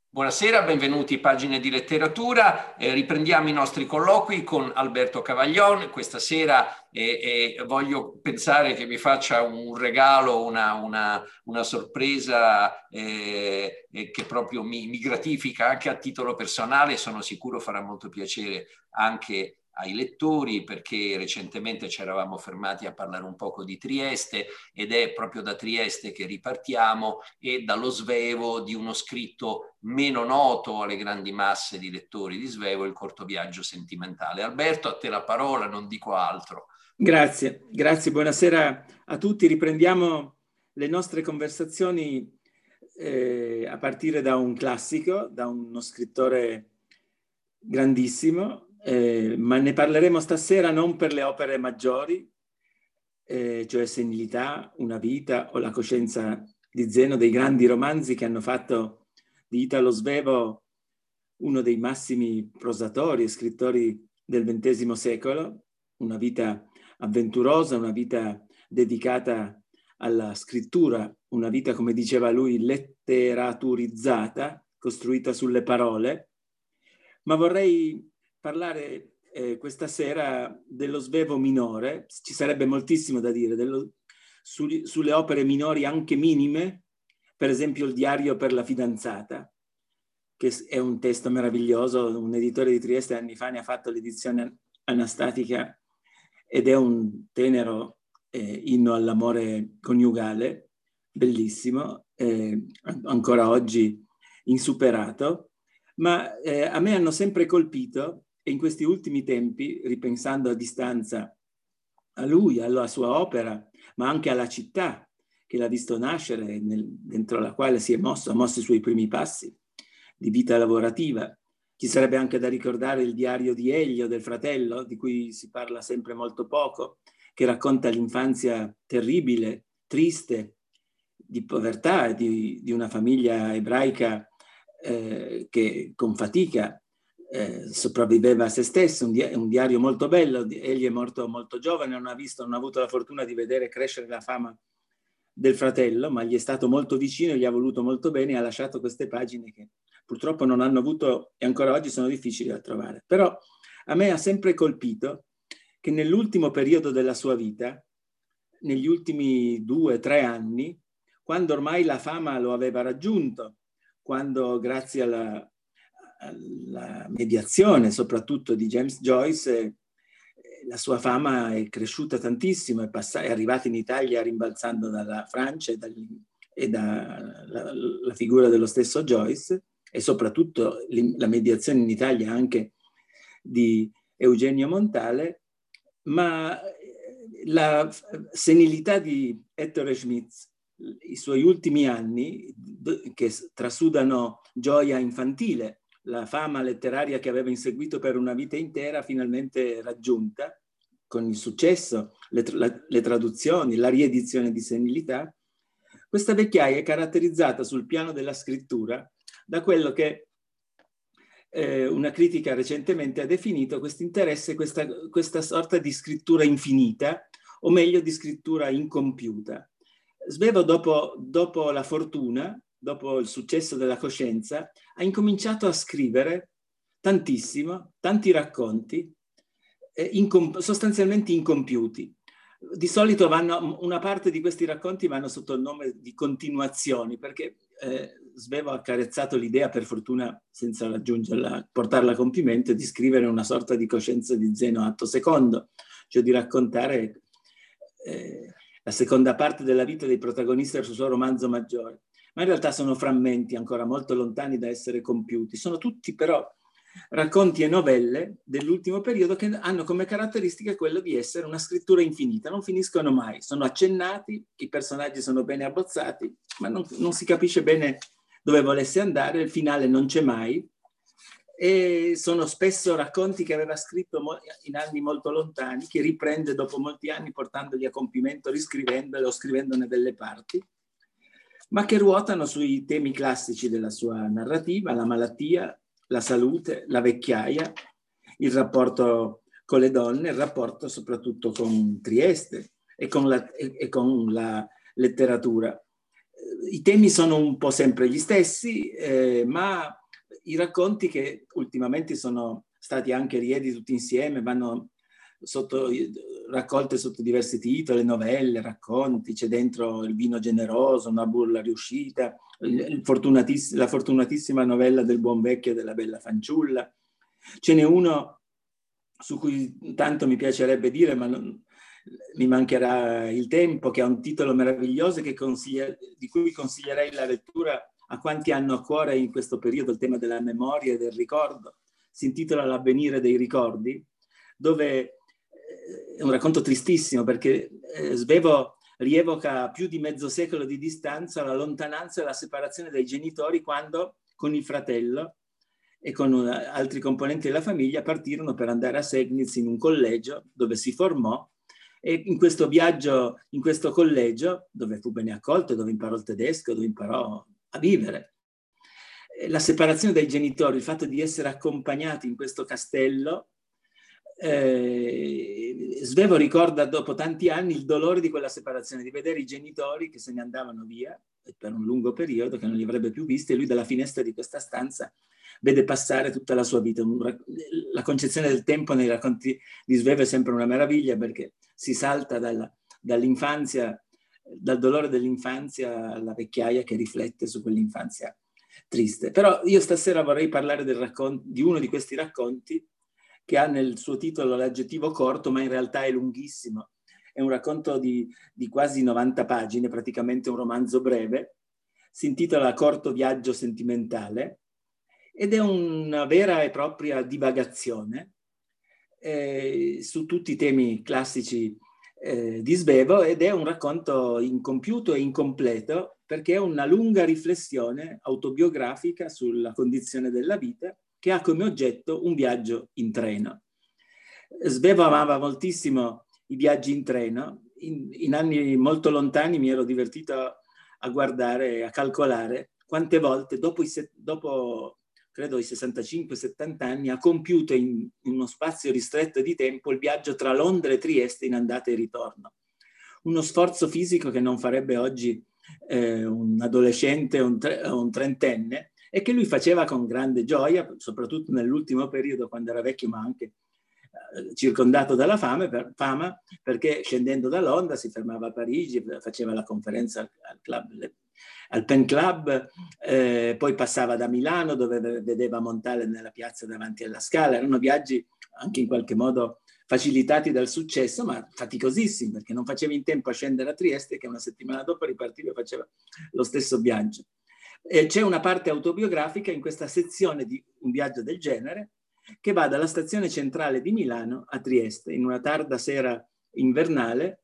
Buonasera, benvenuti a Pagine di Letteratura. Riprendiamo i nostri colloqui con Alberto Cavaglion. Questa sera voglio pensare che mi faccia un regalo, una sorpresa che proprio mi gratifica anche a titolo personale. Sono sicuro farà molto piacere anche ai lettori, perché recentemente ci eravamo fermati a parlare un poco di Trieste ed è proprio da Trieste che ripartiamo e dallo svevo di uno scritto meno noto alle grandi masse di lettori di Svevo, Il corto viaggio sentimentale. Alberto, a te la parola, non dico altro. Grazie, buonasera a tutti. Riprendiamo le nostre conversazioni a partire da un classico, da uno scrittore grandissimo, ma ne parleremo stasera non per le opere maggiori, cioè Senilità, Una vita o La coscienza di Zeno, dei grandi romanzi che hanno fatto di Italo Svevo uno dei massimi prosatori e scrittori del XX secolo, una vita avventurosa, una vita dedicata alla scrittura, una vita, come diceva lui, letteraturizzata, costruita sulle parole. Ma vorrei parlare questa sera dello Svevo minore. Ci sarebbe moltissimo da dire sulle opere minori anche minime, per esempio il Diario per la fidanzata, che è un testo meraviglioso. Un editore di Trieste anni fa ne ha fatto l'edizione anastatica ed è un tenero inno all'amore coniugale, bellissimo, ancora oggi insuperato. Ma a me hanno sempre colpito, e in questi ultimi tempi, ripensando a distanza a lui, alla sua opera, ma anche alla città che l'ha visto nascere, dentro la quale ha mosso i suoi primi passi di vita lavorativa. Ci sarebbe anche da ricordare il diario di Elio, del fratello, di cui si parla sempre molto poco, che racconta l'infanzia terribile, triste, di povertà, di una famiglia ebraica che con fatica sopravviveva a se stesso. Un diario molto bello. Egli è morto molto giovane, non ha avuto la fortuna di vedere crescere la fama del fratello, ma gli è stato molto vicino, gli ha voluto molto bene e ha lasciato queste pagine che purtroppo non hanno avuto, e ancora oggi sono difficili da trovare. Però a me ha sempre colpito che nell'ultimo periodo della sua vita, negli ultimi 2 o 3 anni, quando ormai la fama lo aveva raggiunto, quando grazie alla mediazione soprattutto di James Joyce la sua fama è cresciuta tantissimo, è arrivata in Italia rimbalzando dalla Francia e dalla figura dello stesso Joyce, e soprattutto la mediazione in Italia anche di Eugenio Montale. Ma la senilità di Ettore Schmidt, i suoi ultimi anni che trasudano gioia infantile, la fama letteraria che aveva inseguito per una vita intera, finalmente raggiunta con il successo, le traduzioni, la riedizione di Senilità. Questa vecchiaia è caratterizzata sul piano della scrittura da quello che una critica recentemente ha definito questo interesse, questa sorta di scrittura infinita, o meglio di scrittura incompiuta. Svevo, dopo la fortuna, dopo il successo della coscienza, ha incominciato a scrivere tantissimo, tanti racconti, sostanzialmente incompiuti. Di solito una parte di questi racconti vanno sotto il nome di continuazioni, perché Svevo ha accarezzato l'idea, per fortuna senza raggiungerla, portarla a compimento, di scrivere una sorta di coscienza di Zeno atto secondo, cioè di raccontare la seconda parte della vita dei protagonisti del suo romanzo maggiore. Ma in realtà sono frammenti ancora molto lontani da essere compiuti. Sono tutti però racconti e novelle dell'ultimo periodo che hanno come caratteristica quello di essere una scrittura infinita, non finiscono mai, sono accennati, i personaggi sono bene abbozzati, ma non si capisce bene dove volesse andare, il finale non c'è mai, e sono spesso racconti che aveva scritto in anni molto lontani, che riprende dopo molti anni portandoli a compimento, riscrivendoli o scrivendone delle parti, ma che ruotano sui temi classici della sua narrativa: la malattia, la salute, la vecchiaia, il rapporto con le donne, il rapporto soprattutto con Trieste e con la letteratura. I temi sono un po' sempre gli stessi, ma i racconti che ultimamente sono stati anche riediti tutti insieme, vanno raccolte sotto diversi titoli, novelle, racconti, c'è dentro Il vino generoso, Una burla riuscita, la fortunatissima novella del buon vecchio e della bella fanciulla. Ce n'è uno su cui tanto mi piacerebbe dire, ma mi mancherà il tempo, che ha un titolo meraviglioso di cui consiglierei la lettura a quanti hanno a cuore in questo periodo il tema della memoria e del ricordo. Si intitola L'avvenire dei ricordi, dove è un racconto tristissimo perché Svevo rievoca più di mezzo secolo di distanza la lontananza e la separazione dai genitori quando con il fratello e con altri componenti della famiglia partirono per andare a Segnitz in un collegio dove si formò, e in questo viaggio, in questo collegio, dove fu bene accolto, dove imparò il tedesco, dove imparò a vivere, la separazione dai genitori, il fatto di essere accompagnati in questo castello, Svevo ricorda dopo tanti anni il dolore di quella separazione, di vedere i genitori che se ne andavano via per un lungo periodo, che non li avrebbe più visti, e lui dalla finestra di questa stanza vede passare tutta la sua vita. La concezione del tempo nei racconti di Svevo è sempre una meraviglia, perché si salta dall'infanzia, dal dolore dell'infanzia alla vecchiaia che riflette su quell'infanzia triste. Però io stasera vorrei parlare di uno di questi racconti che ha nel suo titolo l'aggettivo corto, ma in realtà è lunghissimo. È un racconto di quasi 90 pagine, praticamente un romanzo breve. Si intitola Corto viaggio sentimentale ed è una vera e propria divagazione su tutti i temi classici di Svevo, ed è un racconto incompiuto e incompleto perché è una lunga riflessione autobiografica sulla condizione della vita, che ha come oggetto un viaggio in treno. Svevo amava moltissimo i viaggi in treno. In anni molto lontani mi ero divertito a guardare, a calcolare quante volte dopo credo i 65-70 anni ha compiuto in uno spazio ristretto di tempo il viaggio tra Londra e Trieste in andata e ritorno. Uno sforzo fisico che non farebbe oggi un adolescente o un trentenne, e che lui faceva con grande gioia, soprattutto nell'ultimo periodo, quando era vecchio ma anche circondato dalla fama, perché scendendo da Londra si fermava a Parigi, faceva la conferenza al Pen Club, poi passava da Milano dove vedeva Montale nella piazza davanti alla Scala. Erano viaggi anche in qualche modo facilitati dal successo, ma faticosissimi, perché non faceva in tempo a scendere a Trieste, che una settimana dopo ripartiva e faceva lo stesso viaggio. C'è una parte autobiografica in questa sezione di un viaggio del genere, che va dalla stazione centrale di Milano a Trieste in una tarda sera invernale.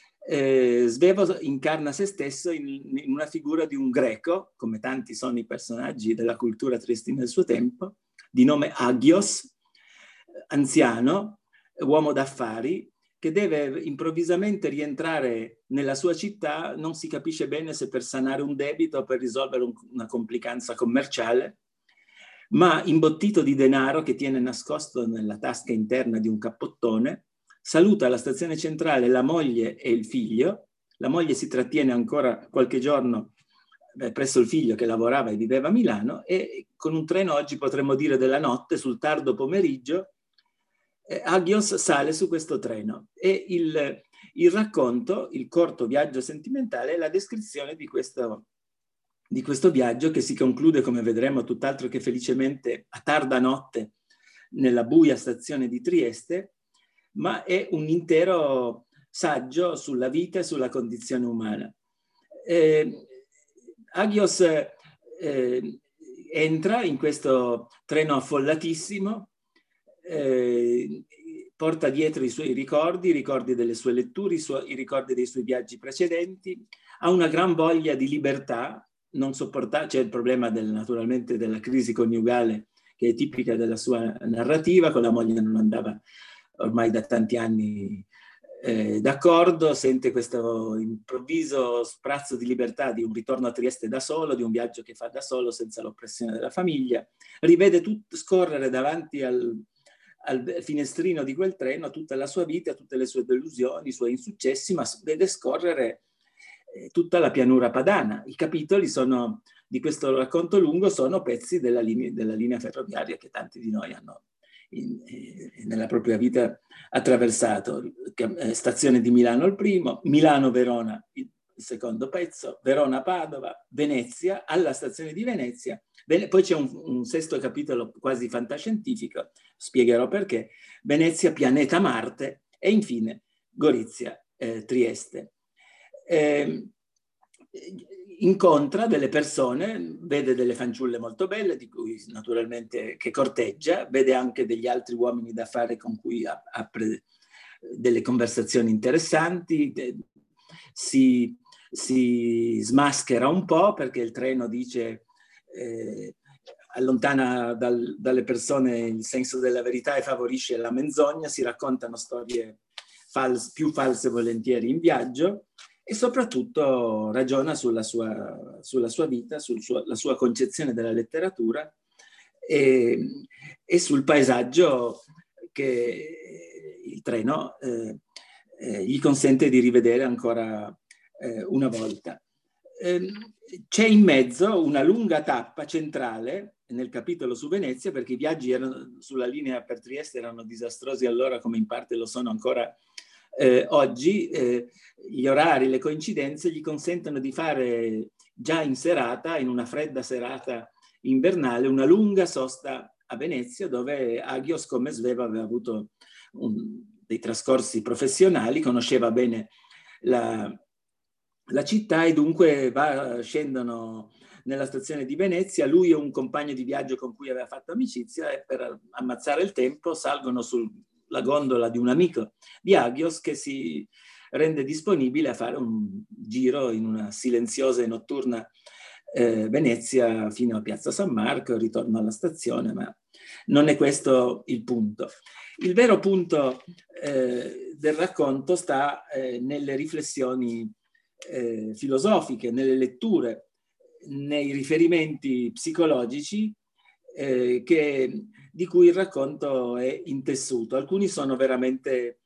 Svevo incarna se stesso in una figura di un greco, come tanti sono i personaggi della cultura triestina del suo tempo, di nome Agios, anziano, uomo d'affari, che deve improvvisamente rientrare nella sua città, non si capisce bene se per sanare un debito o per risolvere una complicanza commerciale, ma imbottito di denaro che tiene nascosto nella tasca interna di un cappottone, saluta alla stazione centrale la moglie e il figlio. La moglie si trattiene ancora qualche giorno presso il figlio che lavorava e viveva a Milano, e con un treno, oggi potremmo dire della notte, sul tardo pomeriggio, Agios sale su questo treno, e il racconto, il corto viaggio sentimentale, è la descrizione di questo viaggio, che si conclude, come vedremo, tutt'altro che felicemente a tarda notte nella buia stazione di Trieste, ma è un intero saggio sulla vita e sulla condizione umana. Agios entra in questo treno affollatissimo, porta dietro i suoi ricordi, i ricordi delle sue letture, i ricordi dei suoi viaggi precedenti, ha una gran voglia di libertà, non sopporta, c'è il problema naturalmente della crisi coniugale che è tipica della sua narrativa. Con la moglie non andava ormai da tanti anni d'accordo, sente questo improvviso sprazzo di libertà di un ritorno a Trieste da solo, di un viaggio che fa da solo senza l'oppressione della famiglia, rivede tutto scorrere davanti al finestrino di quel treno tutta la sua vita, tutte le sue delusioni, i suoi insuccessi, ma vede scorrere tutta la pianura padana. I capitoli di questo racconto lungo sono pezzi della linea ferroviaria che tanti di noi hanno nella propria vita attraversato. Stazione di Milano il primo, Milano-Verona il secondo pezzo, Verona-Padova, Venezia, alla stazione di Venezia. Poi c'è un sesto capitolo quasi fantascientifico, spiegherò perché, Venezia, pianeta Marte, e infine Gorizia, Trieste. Incontra delle persone, vede delle fanciulle molto belle, di cui naturalmente che corteggia, vede anche degli altri uomini d'affari con cui apre delle conversazioni interessanti, si smaschera un po' perché il treno dice allontana dalle persone il senso della verità e favorisce la menzogna, si raccontano storie più false volentieri in viaggio, e soprattutto ragiona sulla sua vita, sulla sua concezione della letteratura e sul paesaggio che il treno gli consente di rivedere ancora una volta. C'è in mezzo una lunga tappa centrale nel capitolo su Venezia, perché i viaggi sulla linea per Trieste erano disastrosi allora come in parte lo sono ancora oggi. Gli orari, le coincidenze gli consentono di fare già in serata, in una fredda serata invernale, una lunga sosta a Venezia, dove Agios, come Sveva, aveva avuto dei trascorsi professionali, conosceva bene la città, e dunque scendono nella stazione di Venezia, lui e un compagno di viaggio con cui aveva fatto amicizia, e per ammazzare il tempo salgono sulla gondola di un amico di Agios che si rende disponibile a fare un giro in una silenziosa e notturna Venezia fino a Piazza San Marco, ritorno alla stazione, ma non è questo il punto. Il vero punto del racconto sta nelle riflessioni filosofiche, nelle letture, nei riferimenti psicologici di cui il racconto è intessuto. Alcuni sono veramente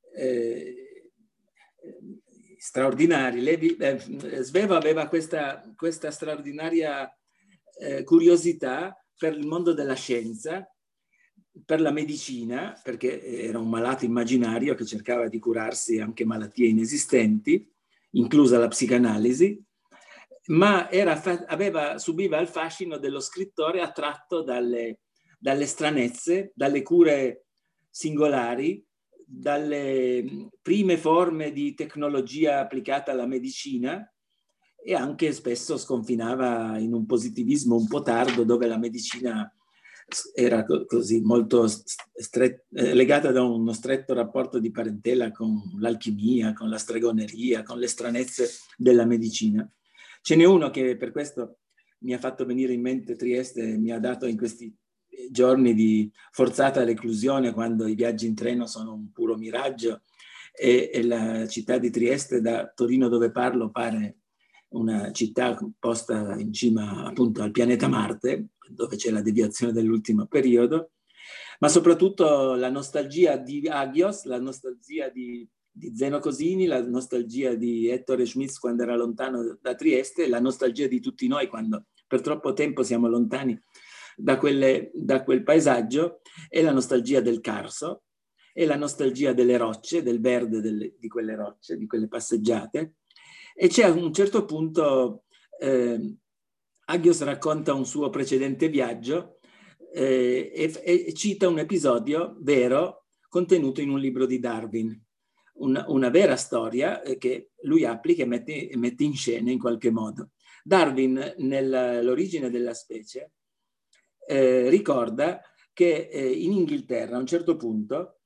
straordinari. Sveva aveva questa straordinaria curiosità per il mondo della scienza, per la medicina, perché era un malato immaginario che cercava di curarsi anche malattie inesistenti, inclusa la psicanalisi, ma subiva il fascino dello scrittore attratto dalle stranezze, dalle cure singolari, dalle prime forme di tecnologia applicata alla medicina, e anche spesso sconfinava in un positivismo un po' tardo, dove la medicina era così molto legata da uno stretto rapporto di parentela con l'alchimia, con la stregoneria, con le stranezze della medicina. Ce n'è uno che per questo mi ha fatto venire in mente Trieste, mi ha dato in questi giorni di forzata reclusione, quando i viaggi in treno sono un puro miraggio, e la città di Trieste, da Torino dove parlo, pare una città posta in cima appunto al pianeta Marte, dove c'è la deviazione dell'ultimo periodo, ma soprattutto la nostalgia di Agios, la nostalgia di Zeno Cosini, la nostalgia di Ettore Schmitz quando era lontano da Trieste, la nostalgia di tutti noi quando per troppo tempo siamo lontani da quel paesaggio, e la nostalgia del Carso, e la nostalgia delle rocce, del verde di quelle rocce, di quelle passeggiate. E c'è a un certo punto Agios racconta un suo precedente viaggio e cita un episodio vero contenuto in un libro di Darwin, una vera storia che lui applica e mette in scena in qualche modo. Darwin, nell'origine della specie, ricorda che in Inghilterra a un certo punto,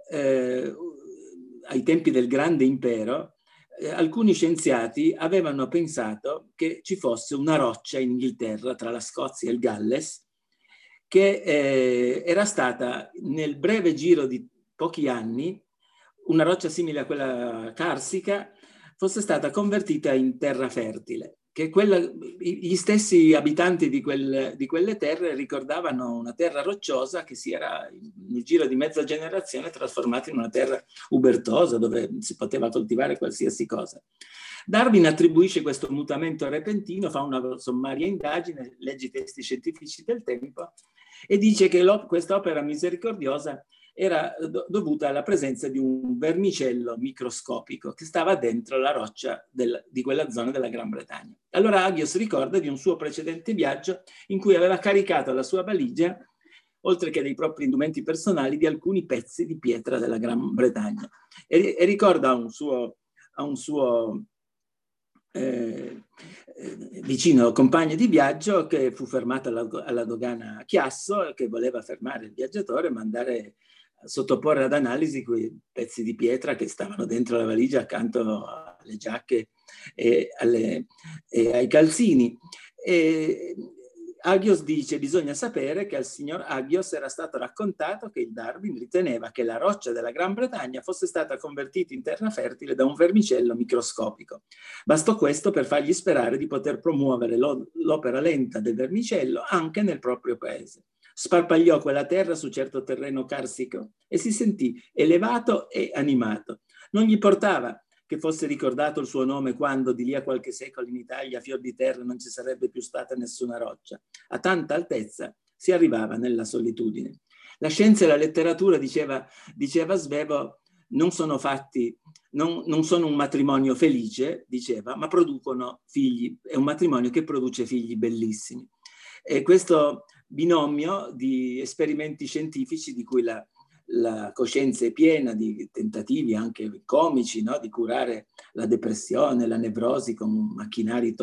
ai tempi del grande impero, alcuni scienziati avevano pensato che ci fosse una roccia in Inghilterra, tra la Scozia e il Galles, che era stata nel breve giro di pochi anni, una roccia simile a quella carsica, fosse stata convertita in terra fertile, che gli stessi abitanti di quelle terre ricordavano una terra rocciosa che si era nel giro di mezza generazione trasformata in una terra ubertosa, dove si poteva coltivare qualsiasi cosa. Darwin attribuisce questo mutamento repentino, fa una sommaria indagine, legge i testi scientifici del tempo e dice che quest'opera misericordiosa era dovuta alla presenza di un vermicello microscopico che stava dentro la roccia di quella zona della Gran Bretagna. Allora Agios ricorda di un suo precedente viaggio in cui aveva caricato la sua valigia, oltre che dei propri indumenti personali, di alcuni pezzi di pietra della Gran Bretagna. E ricorda a un suo vicino compagno di viaggio che fu fermato alla dogana a Chiasso, che voleva fermare il viaggiatore e mandare a sottoporre ad analisi quei pezzi di pietra che stavano dentro la valigia accanto alle giacche e ai calzini. E Agios dice: bisogna sapere che al signor Agios era stato raccontato che il Darwin riteneva che la roccia della Gran Bretagna fosse stata convertita in terra fertile da un vermicello microscopico. Bastò questo per fargli sperare di poter promuovere l'opera lenta del vermicello anche nel proprio paese. Sparpagliò quella terra su certo terreno carsico e si sentì elevato e animato. Non gli portava che fosse ricordato il suo nome quando di lì a qualche secolo in Italia a fior di terra non ci sarebbe più stata nessuna roccia. A tanta altezza si arrivava nella solitudine. La scienza e la letteratura, diceva Svevo, non sono un matrimonio felice, diceva, ma producono figli, è un matrimonio che produce figli bellissimi. E questo binomio di esperimenti scientifici di cui la coscienza è piena, di tentativi anche comici, no? Di curare la depressione, la nevrosi con macchinari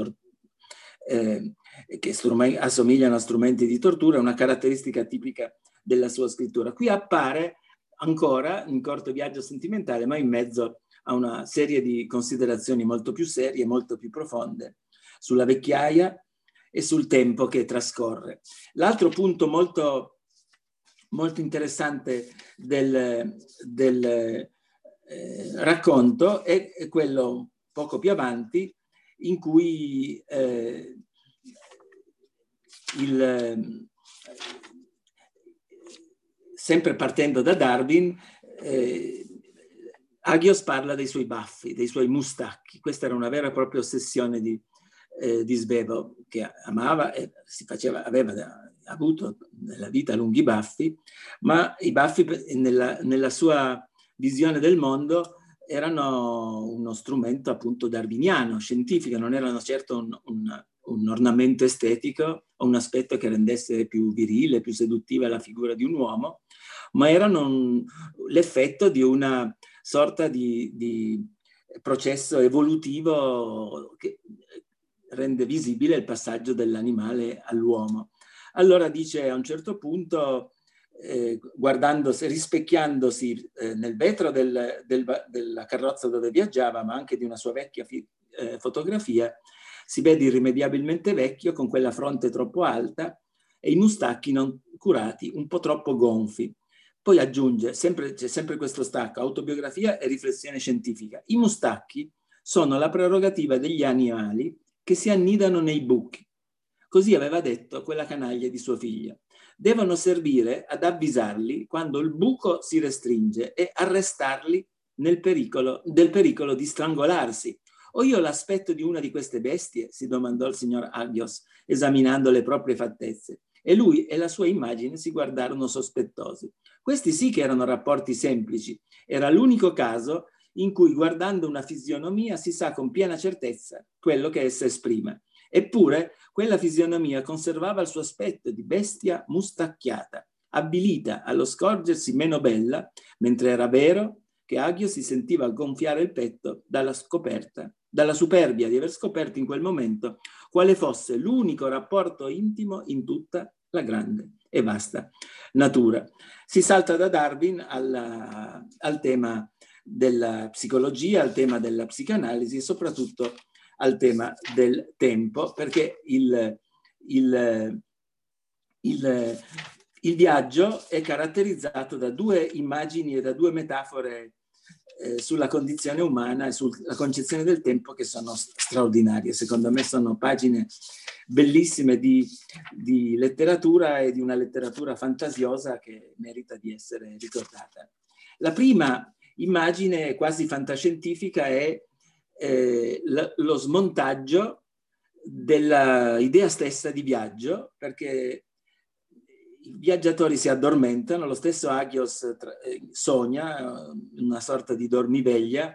che assomigliano a strumenti di tortura, è una caratteristica tipica della sua scrittura. Qui appare ancora in Corto viaggio sentimentale, ma in mezzo a una serie di considerazioni molto più serie, molto più profonde sulla vecchiaia e sul tempo che trascorre. L'altro punto molto interessante del racconto è quello poco più avanti, in cui sempre partendo da Darwin, Agios parla dei suoi baffi, dei suoi mustacchi. Questa era una vera e propria ossessione di Svevo, che amava e aveva avuto nella vita lunghi baffi, ma i baffi nella sua visione del mondo erano uno strumento appunto darwiniano, scientifico, non erano certo un ornamento estetico o un aspetto che rendesse più virile, più seduttiva la figura di un uomo, ma erano l'effetto di una sorta di processo evolutivo che rende visibile il passaggio dell'animale all'uomo. Allora dice a un certo punto, rispecchiandosi nel vetro della carrozza dove viaggiava, ma anche di una sua vecchia fotografia, si vede irrimediabilmente vecchio, con quella fronte troppo alta e i mustacchi non curati, un po' troppo gonfi. Poi aggiunge, c'è sempre questo stacco, autobiografia e riflessione scientifica. I mustacchi sono la prerogativa degli animali che si annidano nei buchi. Così aveva detto quella canaglia di suo figlio. Devono servire ad avvisarli quando il buco si restringe e arrestarli del pericolo di strangolarsi. O io l'aspetto di una di queste bestie? Si domandò il signor Agios, esaminando le proprie fattezze. E lui e la sua immagine si guardarono sospettosi. Questi sì che erano rapporti semplici. Era l'unico caso in cui, guardando una fisionomia, si sa con piena certezza quello che essa esprime. Eppure quella fisionomia conservava il suo aspetto di bestia mustacchiata, abilita allo scorgersi meno bella, mentre era vero che Agios si sentiva gonfiare il petto dalla superbia di aver scoperto in quel momento quale fosse l'unico rapporto intimo in tutta la grande e vasta natura. Si salta da Darwin al tema della psicologia, al tema della psicanalisi e soprattutto al tema del tempo, perché il viaggio è caratterizzato da due immagini e da due metafore sulla condizione umana e sulla concezione del tempo che sono straordinarie. Secondo me sono pagine bellissime di letteratura e di una letteratura fantasiosa che merita di essere ricordata. La prima immagine quasi fantascientifica è lo smontaggio dell'idea stessa di viaggio, perché i viaggiatori si addormentano, lo stesso Agios sogna una sorta di dormiveglia,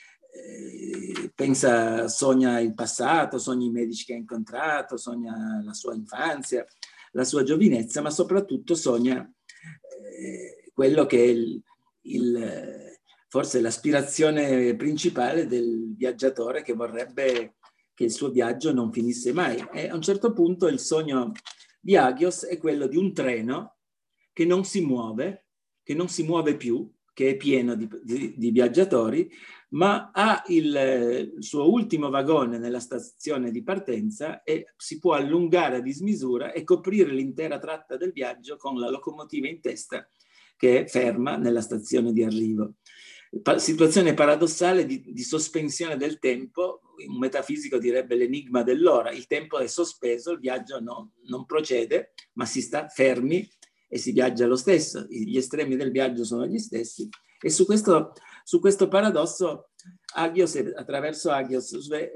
sogna il passato, sogna i medici che ha incontrato, sogna la sua infanzia, la sua giovinezza, ma soprattutto sogna quello che è forse l'aspirazione principale del viaggiatore, che vorrebbe che il suo viaggio non finisse mai. E a un certo punto il sogno di Agios è quello di un treno che non si muove più, che è pieno di viaggiatori, ma ha il suo ultimo vagone nella stazione di partenza e si può allungare a dismisura e coprire l'intera tratta del viaggio con la locomotiva in testa che è ferma nella stazione di arrivo. Situazione paradossale di sospensione del tempo. Un metafisico direbbe l'enigma dell'ora. Il tempo è sospeso, il viaggio non procede, ma si sta fermi e si viaggia lo stesso. Gli estremi del viaggio sono gli stessi. E su questo paradosso Agios, attraverso Agios,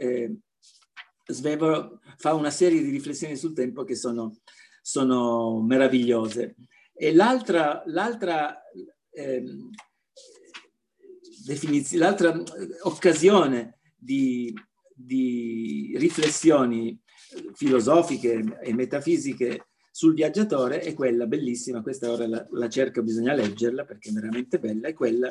Svevo fa una serie di riflessioni sul tempo che sono meravigliose. E l'altra occasione di riflessioni filosofiche e metafisiche sul viaggiatore è quella bellissima, questa ora la cerco, bisogna leggerla perché è veramente bella, è quella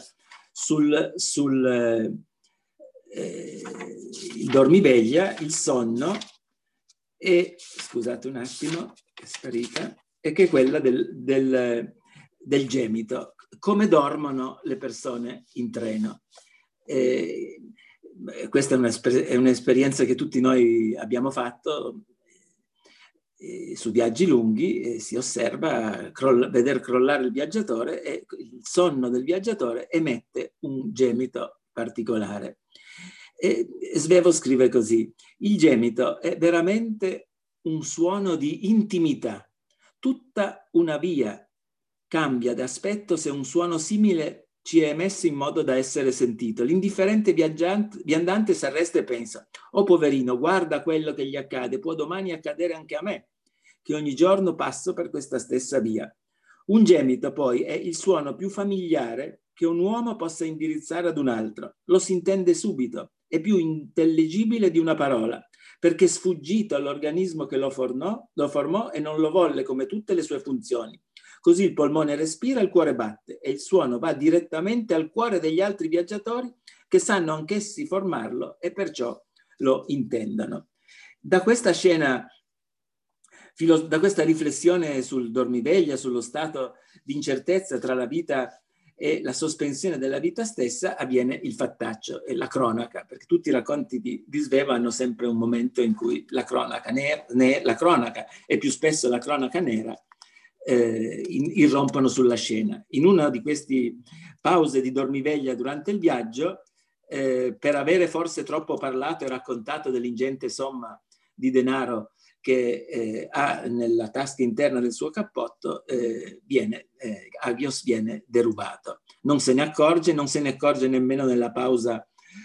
il dormiveglia, il sonno, e scusate un attimo, è sparita, e che è quella del gemito, come dormono le persone in treno. Questa è un'esperienza che tutti noi abbiamo fatto su viaggi lunghi, si osserva veder crollare il viaggiatore e il sonno del viaggiatore emette un gemito particolare. E Svevo scrive così: il gemito è veramente un suono di intimità. Tutta una via cambia d'aspetto se un suono simile ci è emesso in modo da essere sentito. L'indifferente viandante si arresta e pensa: oh poverino, guarda quello che gli accade, può domani accadere anche a me, che ogni giorno passo per questa stessa via. Un gemito poi è il suono più familiare che un uomo possa indirizzare ad un altro. Lo si intende subito, è più intelligibile di una parola, perché è sfuggito all'organismo che lo formò e non lo volle come tutte le sue funzioni. Così il polmone respira, il cuore batte e il suono va direttamente al cuore degli altri viaggiatori che sanno anch'essi formarlo e perciò lo intendono. Da questa scena, da questa riflessione sul dormiveglia, sullo stato di incertezza tra la vita e la sospensione della vita stessa, avviene il fattaccio e la cronaca, perché tutti i racconti di Svevo hanno sempre un momento in cui la cronaca e più spesso la cronaca nera irrompono sulla scena. In una di queste pause di dormiveglia durante il viaggio, per avere forse troppo parlato e raccontato dell'ingente somma di denaro che ha nella tasca interna del suo cappotto, Agios viene derubato. Non se ne accorge nemmeno nella pausa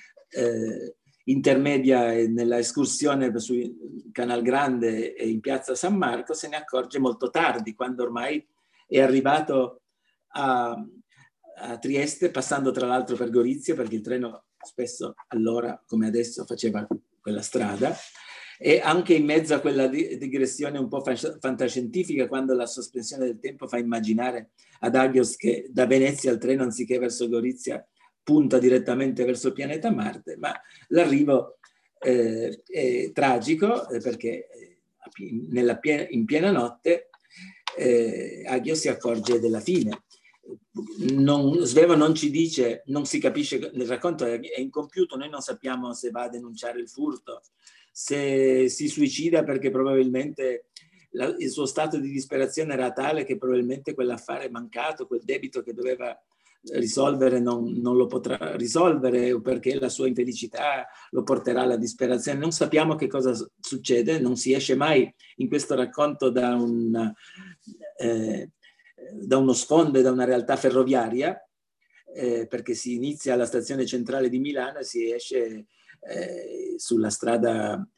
intermedia e nella escursione su Canal Grande e in piazza San Marco, se ne accorge molto tardi, quando ormai è arrivato a Trieste, passando tra l'altro per Gorizia, perché il treno spesso allora, come adesso, faceva quella strada. E anche in mezzo a quella digressione un po' fantascientifica, quando la sospensione del tempo fa immaginare ad Agios che da Venezia il treno, anziché verso Gorizia, punta direttamente verso il pianeta Marte, ma l'arrivo è tragico perché in piena notte Agios si accorge della fine. Svevo non ci dice, non si capisce, nel racconto è incompiuto, noi non sappiamo se va a denunciare il furto, se si suicida perché probabilmente il suo stato di disperazione era tale che probabilmente quell'affare mancato, quel debito che doveva risolvere non lo potrà risolvere, o perché la sua infelicità lo porterà alla disperazione. Non sappiamo che cosa succede, non si esce mai in questo racconto da uno sfondo e da una realtà ferroviaria, perché si inizia alla stazione centrale di Milano e si esce sulla strada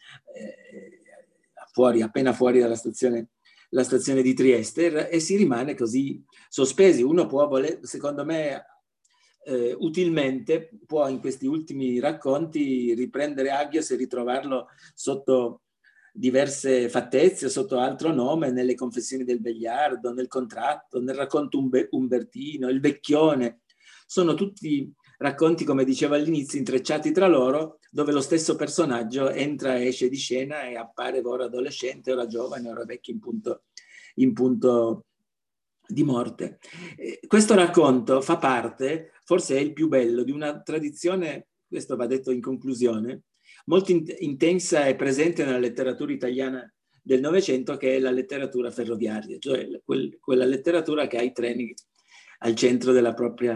appena fuori dalla stazione, la stazione di Trieste, e si rimane così sospesi. Uno può secondo me, utilmente può in questi ultimi racconti riprendere Agios e ritrovarlo sotto diverse fattezze, sotto altro nome, nelle Confessioni del Vegliardo, nel Contratto, nel racconto umbertino, il Vecchione. Sono tutti racconti, come dicevo all'inizio, intrecciati tra loro, dove lo stesso personaggio entra e esce di scena e appare ora adolescente, ora giovane, ora vecchio in punto di morte. Questo racconto fa parte, forse è il più bello, di una tradizione, questo va detto in conclusione, molto intensa e presente nella letteratura italiana del Novecento, che è la letteratura ferroviaria, cioè quella letteratura che ha i treni al centro della propria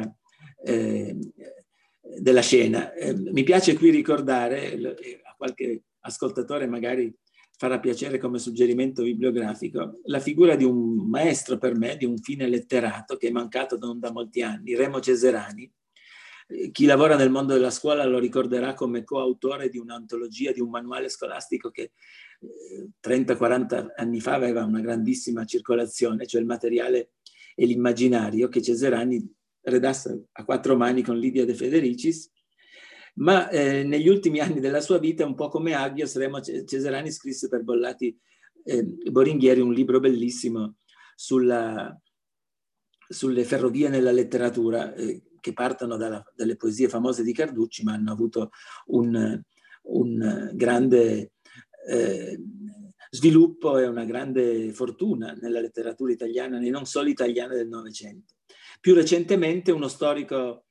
della scena. Mi piace qui ricordare, a qualche ascoltatore magari farà piacere come suggerimento bibliografico, la figura di un maestro per me, di un fine letterato che è mancato non da molti anni, Remo Ceserani. Chi lavora nel mondo della scuola lo ricorderà come coautore di un'antologia, di un manuale scolastico che 30-40 anni fa aveva una grandissima circolazione, cioè il materiale e l'immaginario, che Ceserani redasse a quattro mani con Livia De Federicis. Ma negli ultimi anni della sua vita, un po' come Agios, Remo Ceserani scrisse per Bollati Boringhieri un libro bellissimo sulle ferrovie nella letteratura, che partono dalle poesie famose di Carducci, ma hanno avuto un grande sviluppo e una grande fortuna nella letteratura italiana, e non solo italiana, del Novecento. Più recentemente uno storico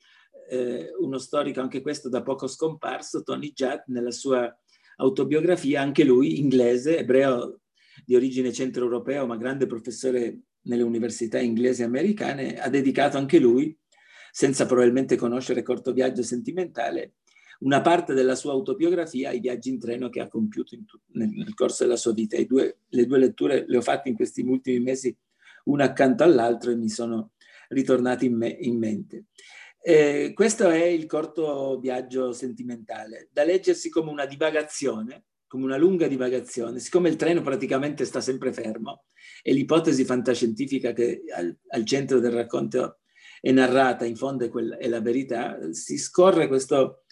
anche questo da poco scomparso, Tony Judd, nella sua autobiografia, anche lui inglese, ebreo di origine centroeuropeo, ma grande professore nelle università inglesi e americane, ha dedicato anche lui, senza probabilmente conoscere Corto viaggio sentimentale, una parte della sua autobiografia ai viaggi in treno che ha compiuto nel corso della sua vita. Le due letture le ho fatte in questi ultimi mesi, una accanto all'altro, e mi sono ritornati in mente. Questo è il Corto viaggio sentimentale, da leggersi come una divagazione, come una lunga divagazione, siccome il treno praticamente sta sempre fermo e l'ipotesi fantascientifica che al centro del racconto è narrata, in fondo è la verità, si scorre questo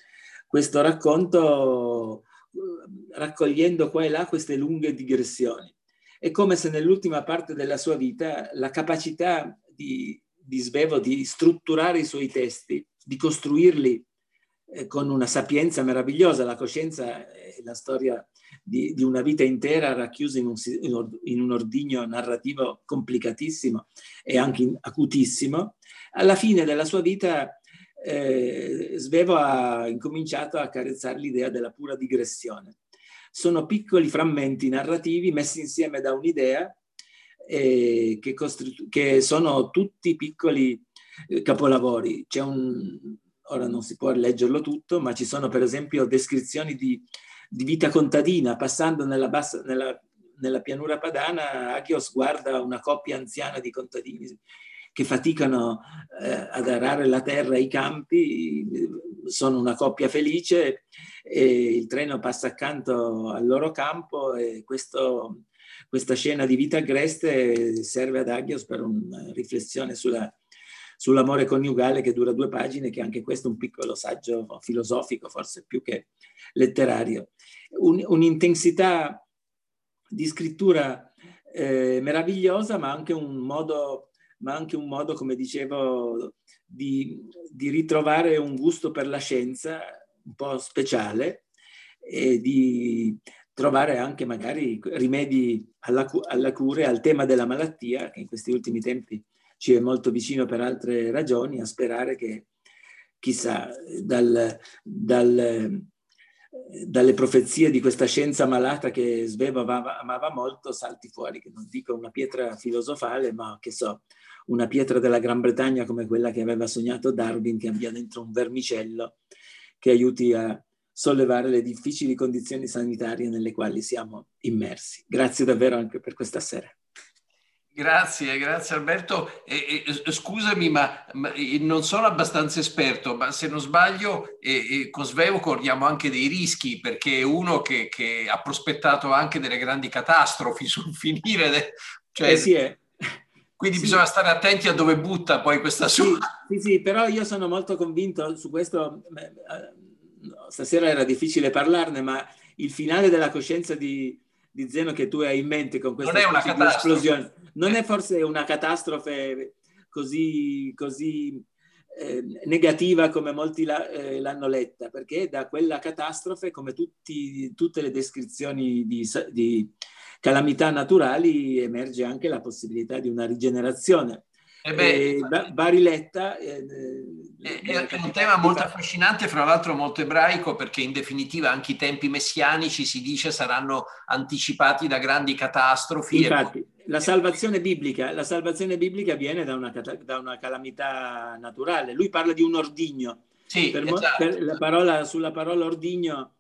racconto raccogliendo qua e là queste lunghe digressioni. È come se nell'ultima parte della sua vita la capacità di Svevo di strutturare i suoi testi, di costruirli con una sapienza meravigliosa. La coscienza è la storia di una vita intera racchiusa in un ordigno narrativo complicatissimo e anche acutissimo. Alla fine della sua vita Svevo ha incominciato a accarezzare l'idea della pura digressione. Sono piccoli frammenti narrativi messi insieme da un'idea che sono tutti piccoli capolavori. Ora non si può leggerlo tutto, ma ci sono per esempio descrizioni di vita contadina. Passando nella pianura padana, Agios guarda una coppia anziana di contadini che faticano ad arare la terra e i campi, sono una coppia felice, e il treno passa accanto al loro campo, e questa scena di vita agreste serve ad Agios per una riflessione sull'amore coniugale, che dura 2 pagine, che anche questo è un piccolo saggio filosofico, forse più che letterario. Un'intensità di scrittura meravigliosa, ma anche un modo, come dicevo, di ritrovare un gusto per la scienza un po' speciale, e di trovare anche magari rimedi alla cura e al tema della malattia, che in questi ultimi tempi ci è molto vicino per altre ragioni, a sperare che, chissà, dalle profezie di questa scienza malata che Svevo amava molto, salti fuori, che non dico una pietra filosofale, ma che so, una pietra della Gran Bretagna come quella che aveva sognato Darwin, che abbia dentro un vermicello che aiuti a sollevare le difficili condizioni sanitarie nelle quali siamo immersi. Grazie davvero anche per questa sera. Grazie, grazie Alberto. Scusami, ma non sono abbastanza esperto, ma se non sbaglio, con Svevo corriamo anche dei rischi, perché è uno che ha prospettato anche delle grandi catastrofi sul finire. Cioè, Sì, quindi bisogna sì, stare attenti a dove butta poi questa sua. sì, sì, sì, però io sono molto convinto su questo. Stasera era difficile parlarne, ma il finale della coscienza di Zeno che tu hai in mente con Non questa è una specie di catastrofe. esplosione, non è forse una catastrofe così negativa come molti l'hanno letta, perché da quella catastrofe, come tutte le descrizioni di calamità naturali, emerge anche la possibilità di una rigenerazione. E beh, Bariletta mi era è un capitato tema di molto fare. affascinante, fra l'altro molto ebraico, perché in definitiva anche i tempi messianici si dice saranno anticipati da grandi catastrofi. Infatti, la salvazione biblica viene da una calamità naturale. Lui parla di un ordigno. Sì, esatto. Sulla parola ordigno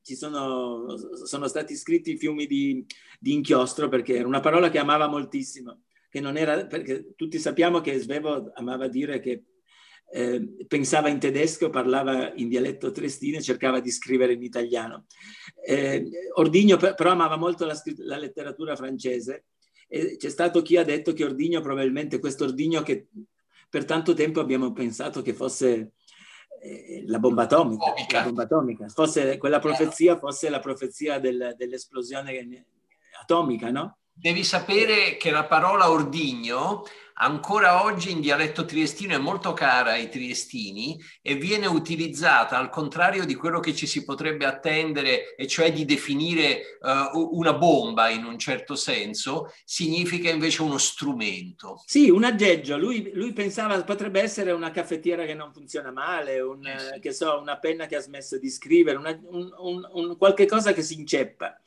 sono stati scritti fiumi di inchiostro, perché era una parola che amava moltissimo, che non era, perché tutti sappiamo che Svevo amava dire che pensava in tedesco, parlava in dialetto triestino e cercava di scrivere in italiano. Ordigno però amava molto la letteratura francese, e c'è stato chi ha detto che Ordigno, probabilmente questo Ordigno che per tanto tempo abbiamo pensato che fosse la bomba atomica, fosse quella profezia, fosse la profezia dell'esplosione atomica, no? Devi sapere che la parola ordigno ancora oggi in dialetto triestino è molto cara ai triestini e viene utilizzata al contrario di quello che ci si potrebbe attendere, e cioè di definire una bomba in un certo senso, significa invece uno strumento. Sì, un aggeggio. Lui pensava potrebbe essere una caffettiera che non funziona male, Sì. che so, una penna che ha smesso di scrivere, qualche cosa che si inceppa,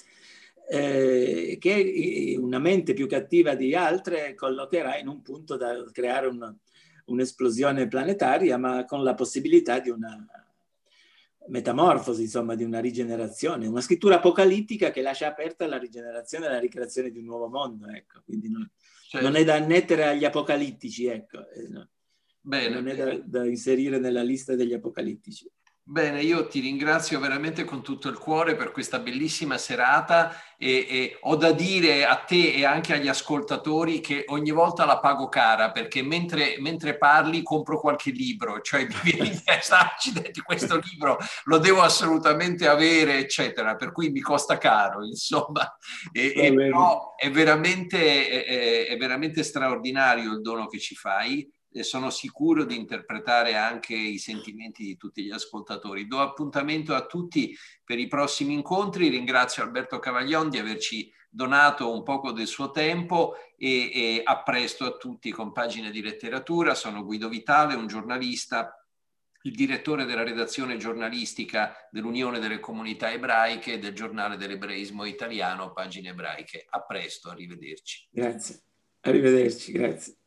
che una mente più cattiva di altre collocherà in un punto da creare un'esplosione planetaria, ma con la possibilità di una metamorfosi, insomma, di una rigenerazione, una scrittura apocalittica che lascia aperta la rigenerazione e la ricreazione di un nuovo mondo, ecco. Quindi non è da annettere agli apocalittici, ecco. Bene. Non è da inserire nella lista degli apocalittici. Bene, io ti ringrazio veramente con tutto il cuore per questa bellissima serata e ho da dire a te e anche agli ascoltatori che ogni volta la pago cara, perché mentre parli compro qualche libro, cioè mi viene in testa, accidenti, questo libro lo devo assolutamente avere, eccetera, per cui mi costa caro, insomma. Però è veramente straordinario il dono che ci fai. E sono sicuro di interpretare anche i sentimenti di tutti gli ascoltatori. Do appuntamento a tutti per i prossimi incontri. Ringrazio Alberto Cavaglion di averci donato un poco del suo tempo e a presto a tutti con Pagine di Letteratura. Sono Guido Vitale, un giornalista, il direttore della redazione giornalistica dell'Unione delle Comunità Ebraiche e del giornale dell'ebraismo italiano Pagine Ebraiche. A presto, arrivederci. Grazie. Arrivederci, grazie.